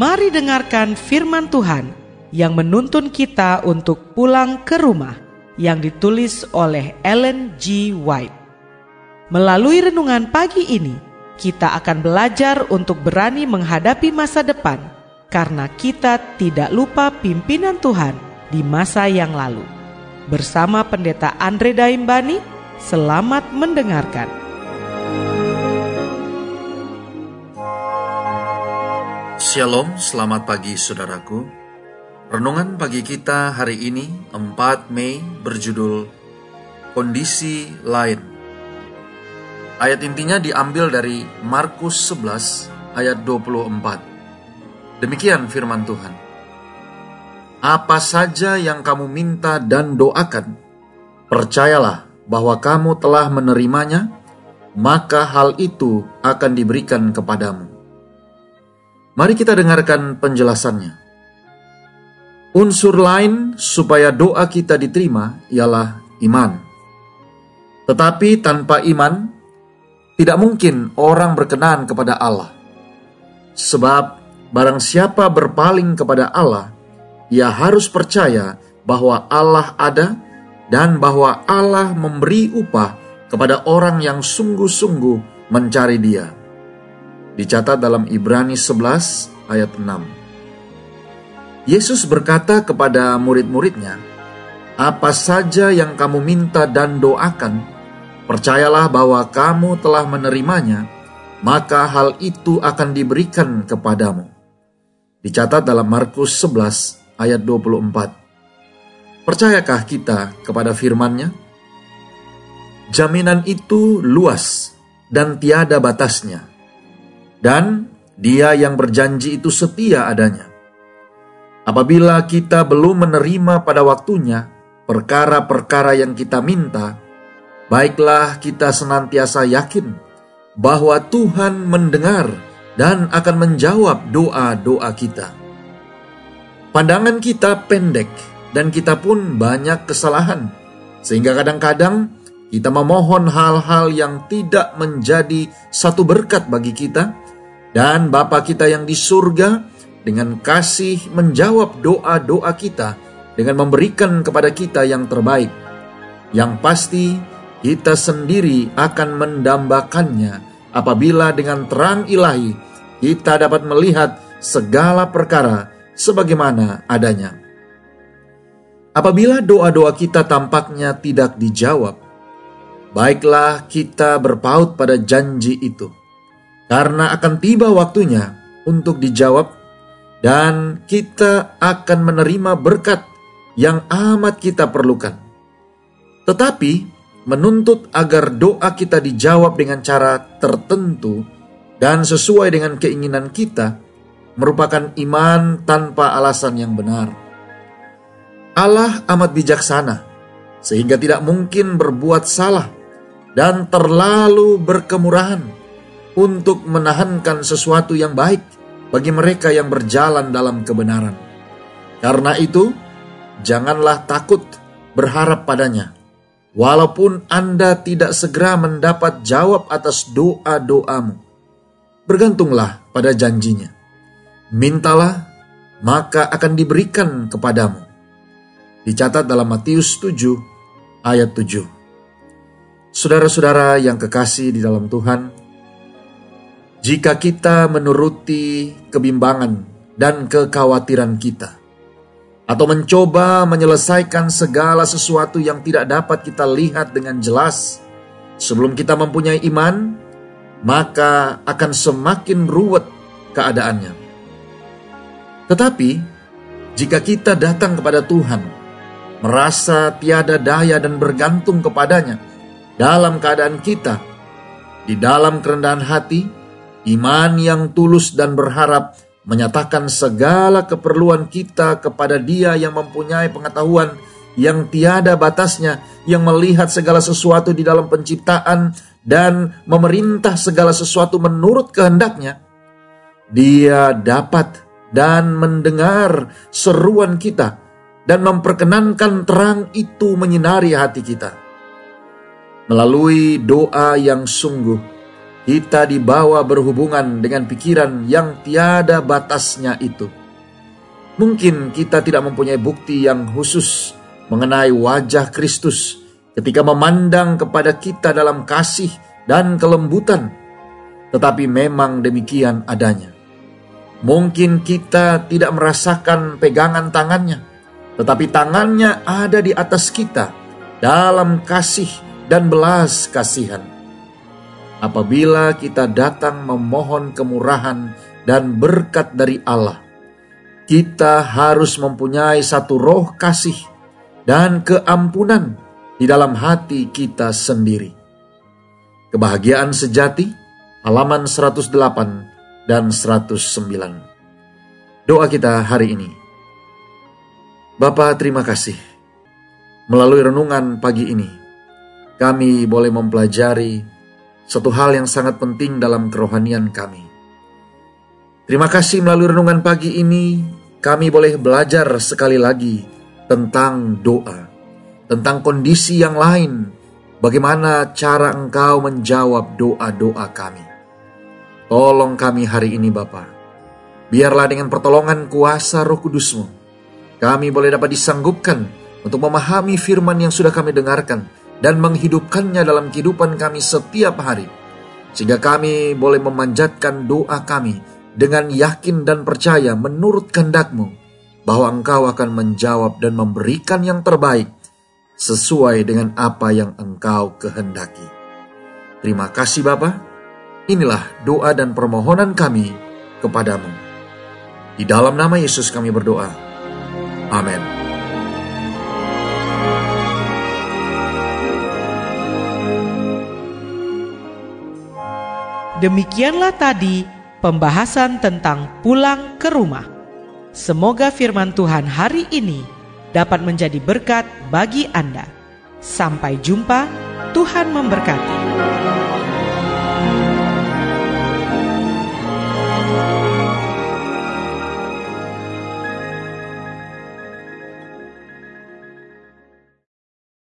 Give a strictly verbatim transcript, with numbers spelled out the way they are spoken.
Mari dengarkan firman Tuhan yang menuntun kita untuk pulang ke rumah, yang ditulis oleh Ellen G. White. Melalui renungan pagi ini, kita akan belajar untuk berani menghadapi masa depan, karena kita tidak lupa pimpinan Tuhan di masa yang lalu. Bersama Pendeta Andre Daimbani, selamat mendengarkan. Shalom, selamat pagi saudaraku. Renungan pagi kita hari ini empat Mei berjudul Kondisi Lain. Ayat intinya diambil dari Markus sebelas ayat dua puluh empat. Demikian firman Tuhan. Apa saja yang kamu minta dan doakan, percayalah bahwa kamu telah menerimanya, maka hal itu akan diberikan kepadamu. Mari kita dengarkan penjelasannya. Unsur lain supaya doa kita diterima ialah iman. Tetapi tanpa iman, tidak mungkin orang berkenan kepada Allah. Sebab barang siapa berpaling kepada Allah, ia harus percaya bahwa Allah ada dan bahwa Allah memberi upah kepada orang yang sungguh-sungguh mencari Dia. Dicatat dalam Ibrani sebelas ayat enam. Yesus berkata kepada murid-muridnya, apa saja yang kamu minta dan doakan, percayalah bahwa kamu telah menerimanya, maka hal itu akan diberikan kepadamu. Dicatat dalam Markus sebelas ayat dua puluh empat. Percayakah kita kepada firman-Nya? Jaminan itu luas dan tiada batasnya. Dan Dia yang berjanji itu setia adanya. Apabila kita belum menerima pada waktunya perkara-perkara yang kita minta, baiklah kita senantiasa yakin bahwa Tuhan mendengar dan akan menjawab doa-doa kita. Pandangan kita pendek dan kita pun banyak kesalahan, sehingga kadang-kadang kita memohon hal-hal yang tidak menjadi satu berkat bagi kita. Dan Bapa kita yang di surga dengan kasih menjawab doa-doa kita dengan memberikan kepada kita yang terbaik. Yang pasti kita sendiri akan mendambakannya apabila dengan terang ilahi kita dapat melihat segala perkara sebagaimana adanya. Apabila doa-doa kita tampaknya tidak dijawab, baiklah kita berpaut pada janji itu. Karena akan tiba waktunya untuk dijawab dan kita akan menerima berkat yang amat kita perlukan. Tetapi menuntut agar doa kita dijawab dengan cara tertentu dan sesuai dengan keinginan kita merupakan iman tanpa alasan yang benar. Allah amat bijaksana sehingga tidak mungkin berbuat salah dan terlalu berkemurahan untuk menahankan sesuatu yang baik bagi mereka yang berjalan dalam kebenaran. Karena itu, janganlah takut berharap padanya, walaupun Anda tidak segera mendapat jawab atas doa-doamu. Bergantunglah pada janjinya. Mintalah, maka akan diberikan kepadamu. Dicatat dalam Matius tujuh ayat tujuh. Saudara-saudara yang kekasih di dalam Tuhan, jika kita menuruti kebimbangan dan kekhawatiran kita, atau mencoba menyelesaikan segala sesuatu yang tidak dapat kita lihat dengan jelas sebelum kita mempunyai iman, maka akan semakin ruwet keadaannya. Tetapi, jika kita datang kepada Tuhan, merasa tiada daya dan bergantung kepadanya dalam keadaan kita, di dalam kerendahan hati, iman yang tulus dan berharap menyatakan segala keperluan kita kepada Dia yang mempunyai pengetahuan yang tiada batasnya, yang melihat segala sesuatu di dalam penciptaan dan memerintah segala sesuatu menurut kehendak-Nya. Dia dapat dan mendengar seruan kita dan memperkenankan terang itu menyinari hati kita. Melalui doa yang sungguh, kita dibawa berhubungan dengan pikiran yang tiada batasnya itu. Mungkin kita tidak mempunyai bukti yang khusus mengenai wajah Kristus ketika memandang kepada kita dalam kasih dan kelembutan, tetapi memang demikian adanya. Mungkin kita tidak merasakan pegangan tangannya, tetapi tangannya ada di atas kita dalam kasih dan belas kasihan. Apabila kita datang memohon kemurahan dan berkat dari Allah, kita harus mempunyai satu roh kasih dan keampunan di dalam hati kita sendiri. Kebahagiaan sejati, halaman seratus delapan dan seratus sembilan. Doa kita hari ini. Bapa, terima kasih. Melalui renungan pagi ini, kami boleh mempelajari satu hal yang sangat penting dalam kerohanian kami. Terima kasih melalui renungan pagi ini, kami boleh belajar sekali lagi tentang doa, tentang kondisi yang lain, bagaimana cara Engkau menjawab doa-doa kami. Tolong kami hari ini Bapa, biarlah dengan pertolongan kuasa Roh Kudus-Mu, kami boleh dapat disanggupkan untuk memahami firman yang sudah kami dengarkan dan menghidupkannya dalam kehidupan kami setiap hari, sehingga kami boleh memanjatkan doa kami dengan yakin dan percaya menurut kehendak-Mu, bahwa Engkau akan menjawab dan memberikan yang terbaik sesuai dengan apa yang Engkau kehendaki. Terima kasih Bapa. Inilah doa dan permohonan kami kepadamu. Di dalam nama Yesus kami berdoa. Amin. Demikianlah tadi pembahasan tentang pulang ke rumah. Semoga firman Tuhan hari ini dapat menjadi berkat bagi Anda. Sampai jumpa, Tuhan memberkati.